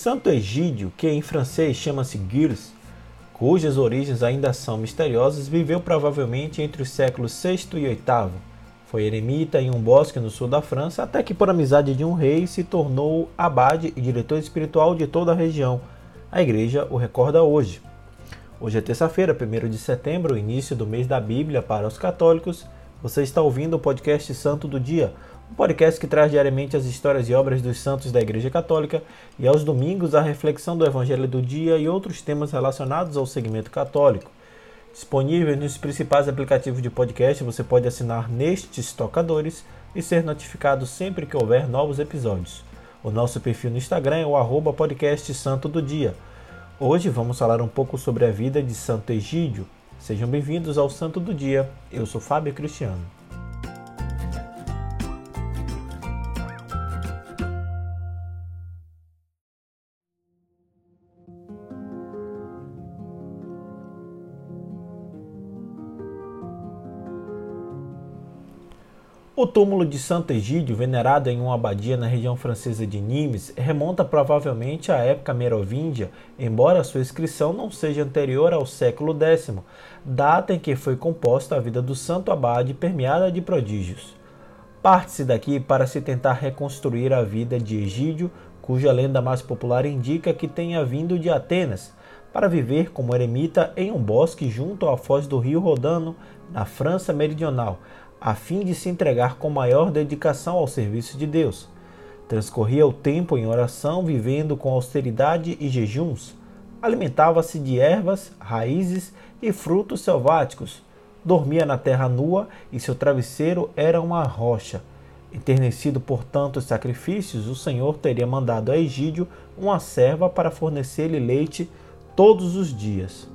Santo Egídio, que em francês chama-se Gilles, cujas origens ainda são misteriosas, viveu provavelmente entre os séculos VI e VIII. Foi eremita em um bosque no sul da França, até que por amizade de um rei se tornou abade e diretor espiritual de toda a região. A igreja o recorda hoje. Hoje é terça-feira, 1º de setembro, início do mês da Bíblia para os católicos. Você está ouvindo o podcast Santo do Dia, um podcast que traz diariamente as histórias e obras dos santos da Igreja Católica e aos domingos a reflexão do Evangelho do Dia e outros temas relacionados ao segmento católico. Disponível nos principais aplicativos de podcast, você pode assinar nestes tocadores e ser notificado sempre que houver novos episódios. O nosso perfil no Instagram é o @podcast Santo do Dia. Hoje vamos falar um pouco sobre a vida de Santo Egídio. Sejam bem-vindos ao Santo do Dia. Eu sou Fábio Cristiano. O túmulo de Santo Egídio, venerado em uma abadia na região francesa de Nimes, remonta provavelmente à época merovíngia, embora sua inscrição não seja anterior ao século X, data em que foi composta a vida do santo abade permeada de prodígios. Parte-se daqui para se tentar reconstruir a vida de Egídio, cuja lenda mais popular indica que tenha vindo de Atenas, para viver como eremita em um bosque junto à foz do rio Rodano, na França meridional, a fim de se entregar com maior dedicação ao serviço de Deus. Transcorria o tempo em oração, vivendo com austeridade e jejuns. Alimentava-se de ervas, raízes e frutos selváticos. Dormia na terra nua e seu travesseiro era uma rocha. Enternecido por tantos sacrifícios, o Senhor teria mandado a Egídio uma serva para fornecer-lhe leite todos os dias.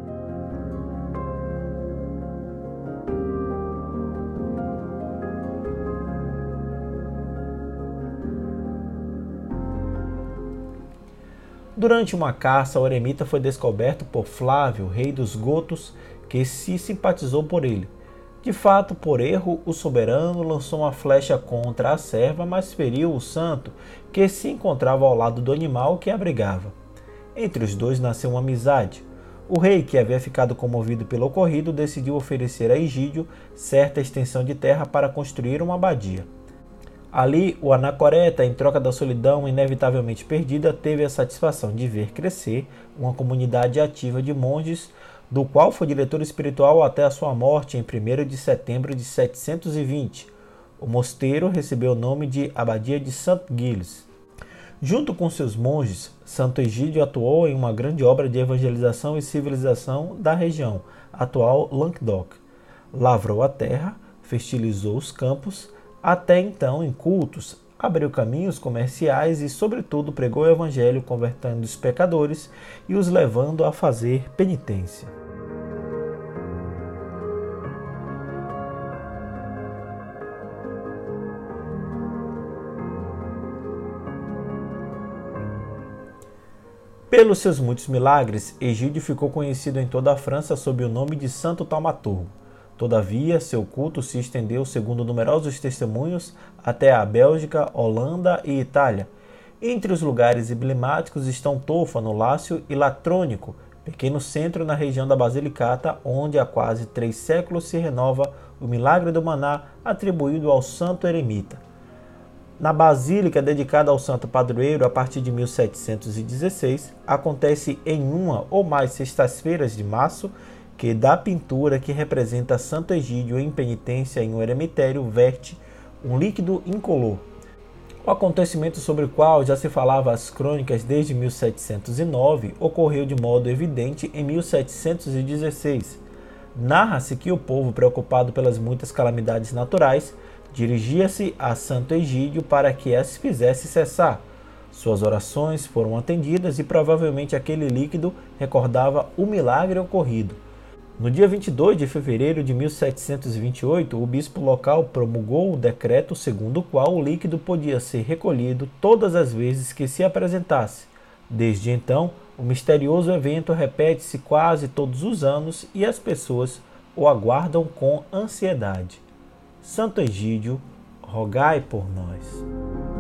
Durante uma caça, o eremita foi descoberto por Flávio, rei dos Gotos, que se simpatizou por ele. De fato, por erro, o soberano lançou uma flecha contra a serva, mas feriu o santo, que se encontrava ao lado do animal que abrigava. Entre os dois nasceu uma amizade. O rei, que havia ficado comovido pelo ocorrido, decidiu oferecer a Egídio certa extensão de terra para construir uma abadia. Ali, o anacoreta, em troca da solidão inevitavelmente perdida, teve a satisfação de ver crescer uma comunidade ativa de monges, do qual foi diretor espiritual até a sua morte em 1º de setembro de 720. O mosteiro recebeu o nome de Abadia de Saint-Gilles. Junto com seus monges, Santo Egídio atuou em uma grande obra de evangelização e civilização da região, atual Languedoc. Lavrou a terra, fertilizou os campos, até então em cultos, abriu caminhos comerciais e, sobretudo, pregou o evangelho, convertendo os pecadores e os levando a fazer penitência. Pelos seus muitos milagres, Egídio ficou conhecido em toda a França sob o nome de Santo Taumaturgo. Todavia, seu culto se estendeu, segundo numerosos testemunhos, até a Bélgica, Holanda e Itália. Entre os lugares emblemáticos estão Tofano, Lácio e Latrônico, pequeno centro na região da Basilicata, onde há quase 3 séculos se renova o milagre do maná atribuído ao santo eremita. Na basílica dedicada ao santo padroeiro, a partir de 1716, acontece em uma ou mais sextas-feiras de março que da pintura que representa Santo Egídio em penitência em um eremitério verte um líquido incolor. O acontecimento sobre o qual já se falava as crônicas desde 1709 ocorreu de modo evidente em 1716. Narra-se que o povo, preocupado pelas muitas calamidades naturais, dirigia-se a Santo Egídio para que as fizesse cessar. Suas orações foram atendidas e provavelmente aquele líquido recordava o milagre ocorrido. No dia 22 de fevereiro de 1728, o bispo local promulgou o decreto segundo o qual o líquido podia ser recolhido todas as vezes que se apresentasse. Desde então, o misterioso evento repete-se quase todos os anos e as pessoas o aguardam com ansiedade. Santo Egídio, rogai por nós.